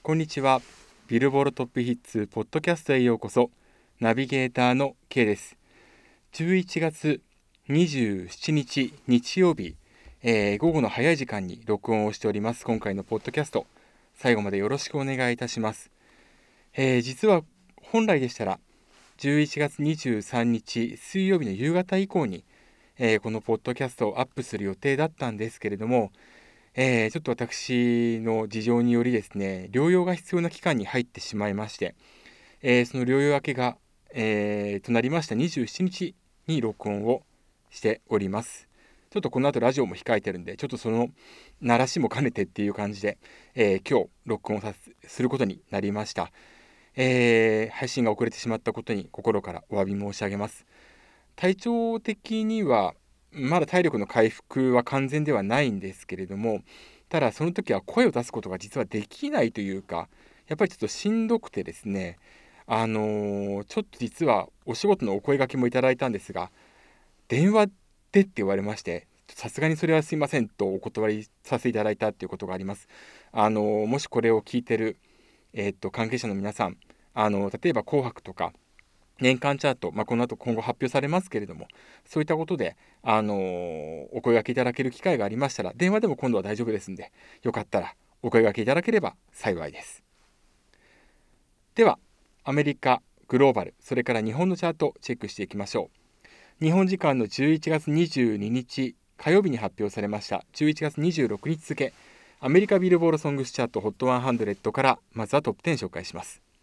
こんにちは。ビルボードトップヒッツポッドキャストへようこそ。ナビゲーターの K です。11月27日日曜日、午後の早い時間に録音をしております。今回のポッドキャスト、最後までよろしくお願いいたします。実は本来でしたら11月23日水曜日の夕方以降に、このポッドキャストをアップする予定だったんですけれども、ちょっと私の事情によりですね、療養が必要な期間に入ってしまいまして、その療養明けが、となりました27日に録音をしております。ちょっとこの後ラジオも控えてるんで、ちょっとその鳴らしも兼ねてっていう感じで、今日録音することになりました。配信が遅れてしまったことに心からお詫び申し上げます。体調的にはまだ体力の回復は完全ではないんですけれども、ただその時は声を出すことが実はできないというか、やっぱりちょっとしんどくてですね、ちょっと実はお仕事のお声掛けもいただいたんですが、電話でって言われまして、さすがにそれはすいませんとお断りさせていただいたっていうことがあります。もしこれを聞いてる、関係者の皆さん、例えば紅白とか、年間チャート、この後今後発表されますけれども、そういったことで、お声掛けいただける機会がありましたら、電話でも今度は大丈夫ですんで、よかったらお声掛けいただければ幸いです。では、アメリカ、グローバル、それから日本のチャートチェックしていきましょう。日本時間の11月22日火曜日に発表されました11月26日付、アメリカビルボードソングスチャート HOT100 からまずはトップ10紹介します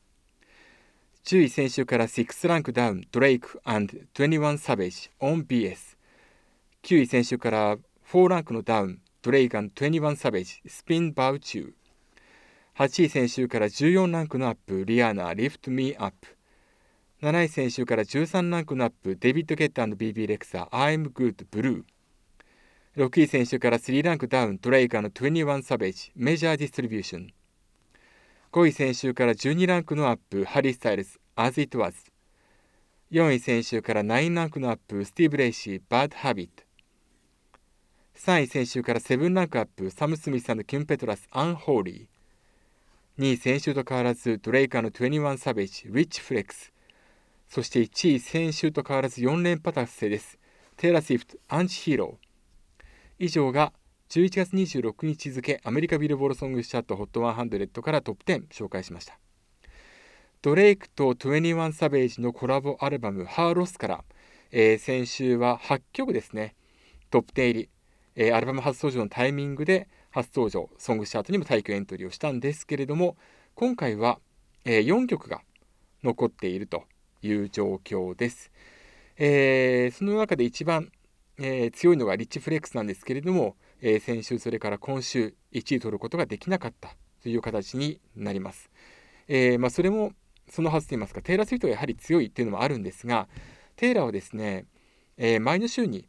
。10位先週から6ランクダウン、ドレイク &21 サベージ on BS。 9位先週から4ランクのダウン、ドレイク &21 サベージ Spin About You。 8位先週から14ランクのアップ、リアーナ Lift Me Up。 7位先週から13ランクのアップ、デビッド・ゲッター &BB レクサ I'm Good Blue。 6位先週から3ランクダウン、ドレイク &21 サベージ Major Distribution。5位先週から12ランクのアップ、ハリー・スタイルズ As It Was。 4位先週から9ランクのアップ、スティーブ・レイシー Bad Habit。 3位先週から7ランクアップ、サム・スミス&キュン・ペトラス Unholy。 2位先週と変わらず、ドレイク &21 サベージ Rich Flex。 そして1位先週と変わらず4連覇達成です、テイラー・スウィフト Anti-Hero。 以上が11月26日付アメリカビルボードソングスチャート HOT100 からトップ10紹介しました。ドレイクと21サベージのコラボアルバムハーロスから、先週は8曲ですね、トップ10入り、アルバム初登場のタイミングで初登場、ソングチャートにもタイクエントリーをしたんですけれども、今回は、4曲が残っているという状況です。その中で一番、強いのがリッチフレックスなんですけれども、先週それから今週1位取ることができなかったという形になります。それもそのはずといいますか、テイラー・スウィフトがやはり強いっていうのもあるんですが、テイラーはですね、前の週に、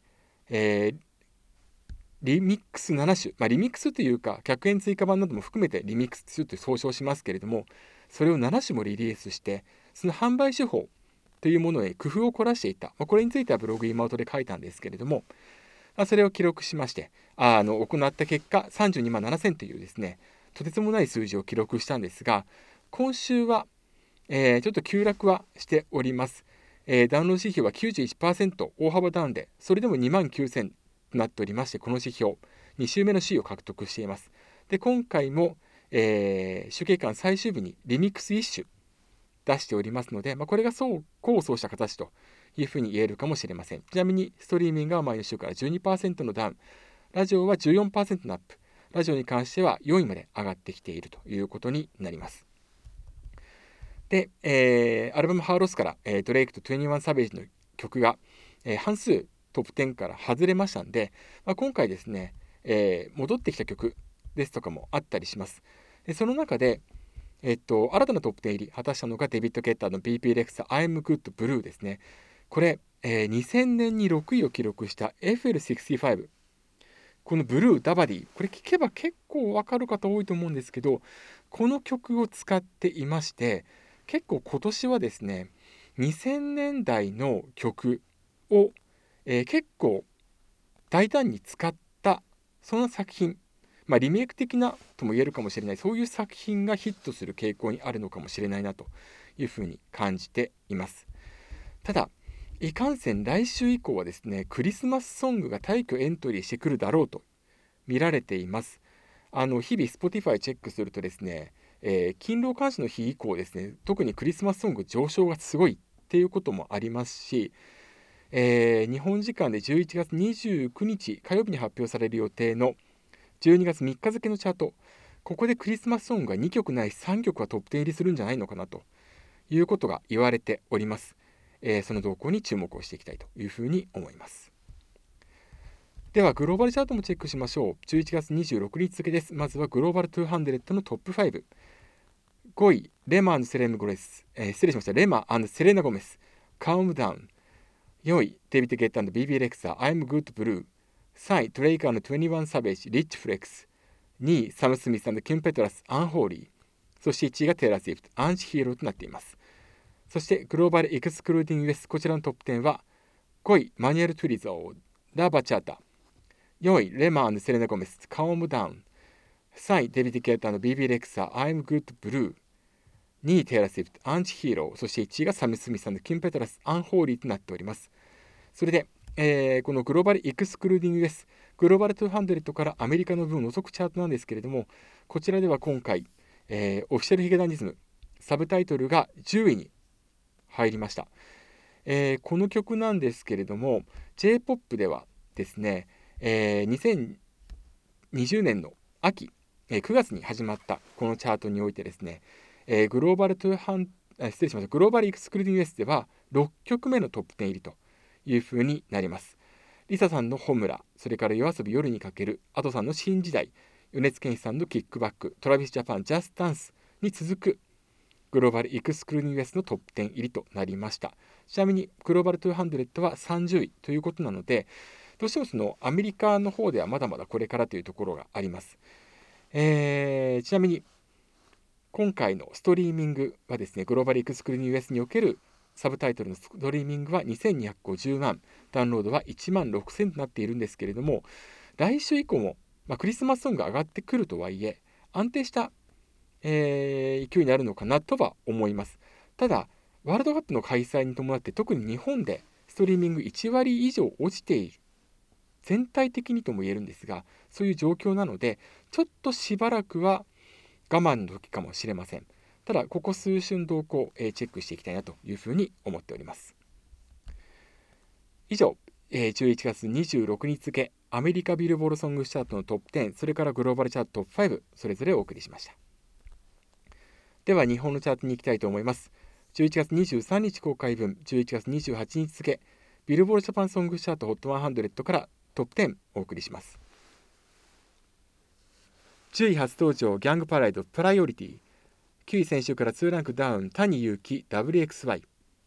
リミックス7種、リミックスというか100円追加版なども含めてリミックスと総称しますけれども、それを7種もリリースして、その販売手法というものへ工夫を凝らしていた、これについてはブログ今音で書いたんですけれども、それを記録しまして、行った結果32万7000というですね、とてつもない数字を記録したんですが、今週は、ちょっと急落はしております。ダウンロード指標は 91% 大幅ダウンで、それでも2万9000となっておりまして、この指標2週目の C を獲得しています。で、今回も、集計間最終日にリミックス1種出しておりますので、これが功を奏した形というふうに言えるかもしれません。ちなみにストリーミングは前の週から 12% のダウン、ラジオは 14% のアップ、ラジオに関しては4位まで上がってきているということになります。で、アルバムハーロスから、ドレイクと21サベージの曲が、半数トップ10から外れましたんで、今回ですね、戻ってきた曲ですとかもあったりします。でその中で、新たなトップ10入り果たしたのがデビッド・ゲッターの BP レクサ I'm Good Blue ですね。これ、2000年に6位を記録した FL65、このブルーダバディ、これ聞けば結構わかる方多いと思うんですけど、この曲を使っていまして、結構今年はですね、2000年代の曲を、結構大胆に使ったその作品、 リメイク的なとも言えるかもしれない、そういう作品がヒットする傾向にあるのかもしれないなというふうに感じています。ただいかんせん来週以降はですね、クリスマスソングが大挙エントリーしてくるだろうと見られています。日々 Spotify チェックするとですね、勤労感謝の日以降ですね、特にクリスマスソング上昇がすごいっていうこともありますし、日本時間で11月29日火曜日に発表される予定の12月3日付のチャート、ここでクリスマスソングが2曲ないし3曲はトップ10入りするんじゃないのかなということが言われております。その動向に注目をしていきたいというふうに思います。ではグローバルチャートもチェックしましょう。11月26日付です。まずはグローバル200のトップ5。5位レマセレナゴメス、レマセレナゴメス、カウムダウン。4位デビッド・ゲッター BB レクサー I'm Good Blue。3位トレイカーの21サベージリッチフレックス。2位サム・スミス&キュン・ペトラスアンホーリー。そして1位がテイラー・スウィフトアンチヒーローとなっています。そしてグローバルエクスクルーディング US、 こちらのトップ10は5位マニュエル・トゥリゾーラ・バチャータ。4位レマセレナゴメスカウムダウン。3位デビッド・ゲッター BB レクサー I'm Good Blue。2位テイラー・スウィフトアンチヒーロー。そして1位がサム・スミス&キュン・ペトラスアンホーリーとなっております。それでこのグローバルエクスクルーディング US、 グローバル200からアメリカの分を除くチャートなんですけれども、こちらでは今回、オフィシャルヒゲダンディズムサブタイトルが10位に入りました。この曲なんですけれども J-POP ではですね、2020年の秋、9月に始まったこのチャートにおいてですね、グローバルグローバルエクスクルーディング US では6曲目のトップ10入りという風になります。リサさんのホムラ、それから夜遊び夜にかける、アドさんの新時代、米津玄師さんのキックバック、トラビスジャパンジャストダンスに続くグローバルエクスクルーディング US のトップ10入りとなりました。ちなみにグローバル200は30位ということなので、どうしてもそのアメリカの方ではまだまだこれからというところがあります。ちなみに今回のストリーミングはですね、グローバルエクスクルーディング US におけるサブタイトルのストリーミングは2250万、ダウンロードは1万6000となっているんですけれども、来週以降も、クリスマスソングが上がってくるとはいえ、安定した、勢いになるのかなとは思います。ただ、ワールドカップの開催に伴って特に日本でストリーミング1割以上落ちている。全体的にとも言えるんですが、そういう状況なので、ちょっとしばらくは我慢の時かもしれません。ただここ数週の動向をチェックしていきたいなというふうに思っております。以上、11月26日付アメリカビルボードソングチャートのトップ10、それからグローバルチャートトップ5、それぞれお送りしました。では日本のチャートに行きたいと思います。11月23日公開分、11月28日付ビルボードジャパンソングチャート HOT100 からトップ10お送りします。10位初登場ギャングパライドプライオリティ。9位先週から2ランクダウン谷祐希 WXY。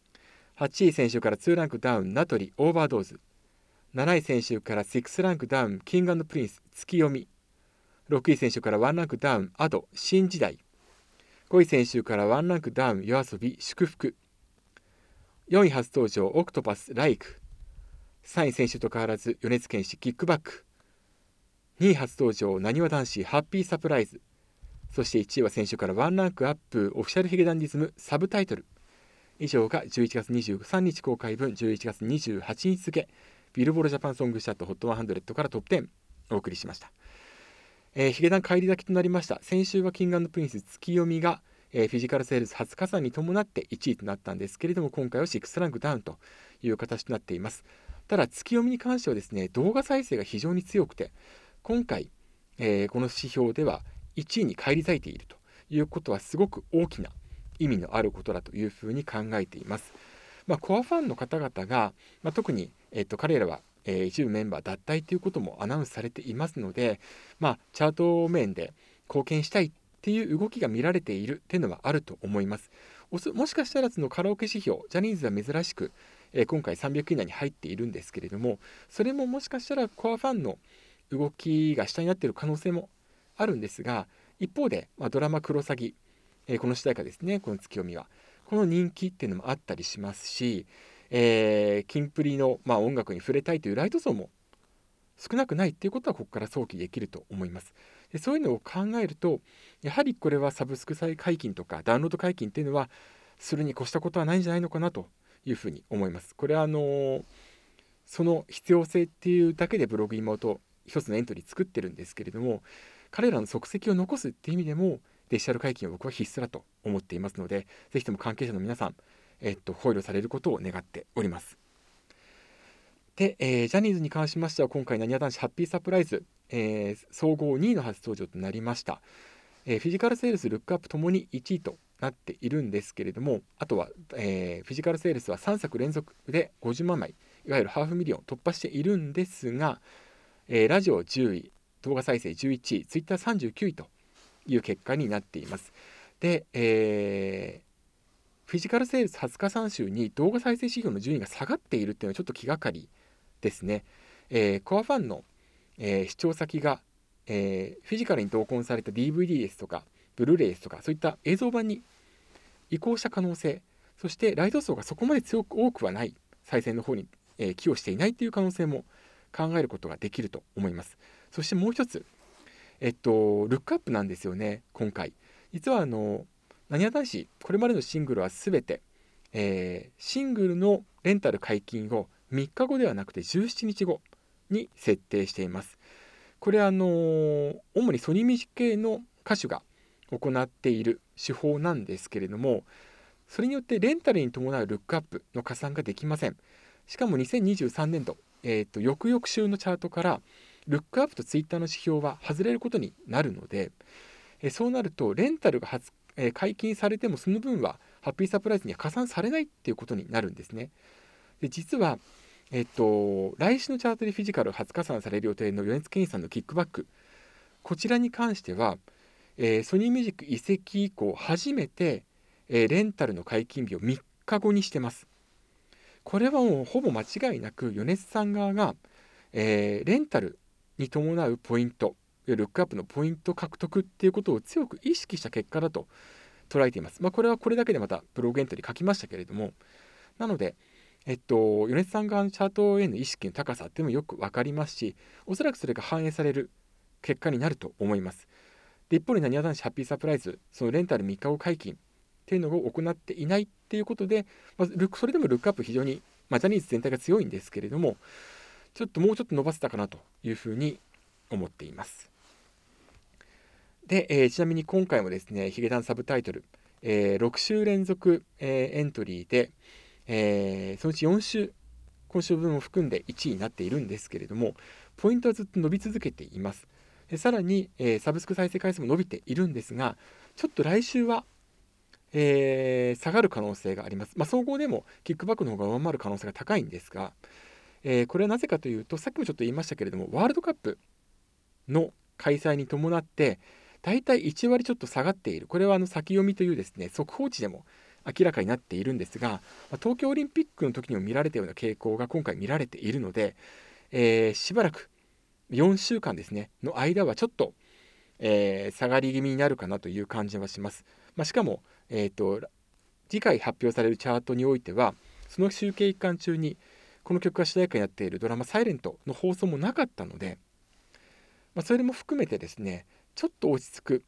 8位先週から2ランクダウン名取オーバードーズ。7位先週から6ランクダウンキング&プリンス月読み。6位先週から1ランクダウンアド新時代。5位先週から1ランクダウン夜遊び祝福。4位初登場オクトパスライク。3位先週と変わらず米津玄師キックバック。2位初登場なにわ男子ハッピーサプライズ。そして1位は先週から1ランクアップオフィシャルヒゲダンディズムサブタイトル。以上が11月23日公開分、11月28日付ビルボードジャパンソングチャート HOT100 からトップ10お送りしました。ヒゲダン返り咲きとなりました。先週はキング&プリンス月読みが、フィジカルセールス初加算に伴って1位となったんですけれども、今回は6ランクダウンという形となっています。ただ月読みに関してはですね、動画再生が非常に強くて、今回、この指標では1位に返り咲いているということはすごく大きな意味のあることだというふうに考えています。コアファンの方々が、特に、彼らは、一部メンバー脱退ということもアナウンスされていますので、チャート面で貢献したいっていう動きが見られているっていうのはあると思います。もしかしたらそのカラオケ指標、ジャニーズは珍しく、今回300位以内に入っているんですけれども、それももしかしたらコアファンの動きが下になっている可能性もあるんですが、一方で、ドラマクロサギ、この主題歌ですね、この月読みはこの人気っていうのもあったりしますし、キンプリの、音楽に触れたいというライト層も少なくないっていうことはここから想起できると思います。 そういうのを考えると、やはりこれはサブスク再解禁とかダウンロード解禁っていうのはするに越したことはないんじゃないのかなというふうに思います。これはその必要性っていうだけでブログ今と一つのエントリー作ってるんですけれども、彼らの足跡を残すっていう意味でもデジタル解禁は僕は必須だと思っていますので、ぜひとも関係者の皆さん、考慮されることを願っております。で、ジャニーズに関しましては今回なにわ男子ハッピーサプライズ、総合2位の初登場となりました。フィジカルセールス、ルックアップともに1位となっているんですけれども、あとは、フィジカルセールスは3作連続で50万枚、いわゆるハーフミリオン突破しているんですが、ラジオ10位、動画再生11位、ツイッター39位という結果になっています。で、フィジカルセールス20日3週に動画再生指標の順位が下がっているっていうのはちょっと気がかりですね。コアファンの、視聴先が、フィジカルに同梱された DVD ですとかブルーレイですとかそういった映像版に移行した可能性、そしてライト層がそこまで強く多くはない再生の方に、寄与していないという可能性も考えることができると思います。そしてもう一つ、ルックアップなんですよね。今回実はなにわ男子これまでのシングルは全て、シングルのレンタル解禁を3日後ではなくて17日後に設定しています。これは主にソニーミュージック系の歌手が行っている手法なんですけれども、それによってレンタルに伴うルックアップの加算ができません。しかも2023年度、翌々週のチャートからルックアップとツイッターの指標は外れることになるので、そうなるとレンタルが解禁されてもその分はハッピーサプライズには加算されないっていうことになるんですね。で実は、来週のチャートでフィジカル初加算される予定の米津玄師さんのキックバック、こちらに関しては、ソニーミュージック移籍以降初めて、レンタルの解禁日を3日後にしてます。これはもうほぼ間違いなく米津さん側が、レンタルに伴うポイント、ルックアップのポイント獲得っていうことを強く意識した結果だと捉えています。これはこれだけでまたブログエントリー書きましたけれども、なので、米津さん側のチャートへの意識の高さっていうのもよく分かりますし、おそらくそれが反映される結果になると思います。で一方でなにわ男子ハッピーサプライズ、そのレンタル3日後解禁っていうのを行っていないっていうことで、それでもルックアップ非常に、ジャニーズ全体が強いんですけれども、もうちょっと伸ばせたかなというふうに思っています。で、ちなみに今回もですね、ヒゲダンサブタイトル、6週連続、エントリーで、そのうち4週、今週分を含んで1位になっているんですけれども、ポイントはずっと伸び続けています。さらに、サブスク再生回数も伸びているんですが、ちょっと来週は、下がる可能性があります。総合でもキックバックの方が上回る可能性が高いんですが、これはなぜかというと、さっきもちょっと言いましたけれども、ワールドカップの開催に伴って、だいたい1割ちょっと下がっている。これは先読みというですね、速報値でも明らかになっているんですが、東京オリンピックの時にも見られたような傾向が今回見られているので、しばらく4週間ですねの間はちょっと、下がり気味になるかなという感じはします。しかも、次回発表されるチャートにおいては、その集計期間中にこの曲が主題歌になっているドラマ「サイレントの放送もなかったので、それも含めてですね、ちょっと落ち着く、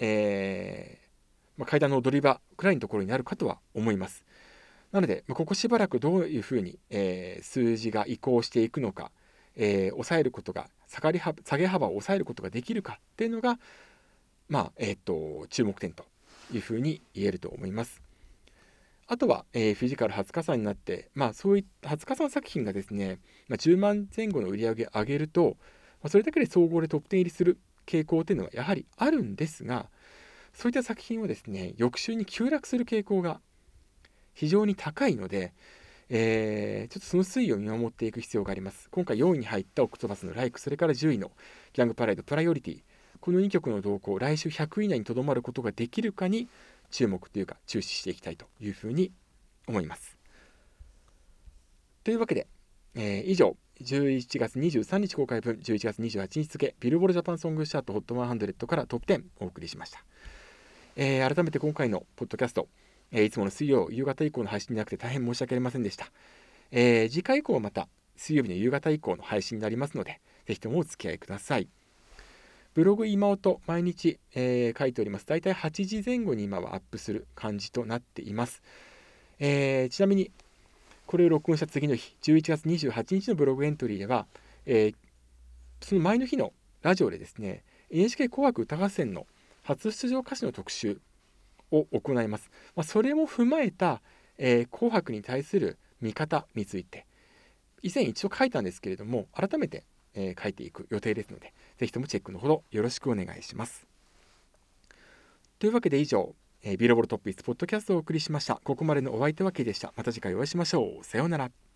階段の踊り場くらいのところになるかとは思います。なので、ここしばらくどういうふうに、数字が移行していくのか、抑えることが下げ幅を抑えることができるかっていうのが、注目点というふうに言えると思います。あとは、フィジカル初加算になって、そういった初加算作品がですね、10万前後の売り上げを上げると、それだけで総合でトップ10入りする傾向というのはやはりあるんですが、そういった作品はですね、翌週に急落する傾向が非常に高いので、ちょっとその推移を見守っていく必要があります。今回4位に入ったオクトバスのライク、それから10位のギャングパレードプライオリティ、この2曲の動向、来週100位以内にとどまることができるかに注目というか注視していきたいというふうに思います。というわけで、以上11月23日公開分11月28日付ビルボールジャパンソングチャート HOT100 からトップ10お送りしました。改めて今回のポッドキャスト、いつもの水曜夕方以降の配信になくて大変申し訳ありませんでした。次回以降はまた水曜日の夕方以降の配信になりますので、ぜひともお付き合いください。 ブログ今音毎日、書いております。だいたい8時前後に今はアップする感じとなっています。ちなみにこれを録音した次の日、11月28日のブログエントリーでは、その前の日のラジオでですね、NHK 紅白歌合戦の初出場歌手の特集を行います。それも踏まえた、紅白に対する見方について、以前一応書いたんですけれども、改めて、書いていく予定ですので、ぜひともチェックのほどよろしくお願いします。というわけで以上、ビルボールトップ5ポッドキャストをお送りしました。ここまでのお相手はKでした。また次回お会いしましょう。さようなら。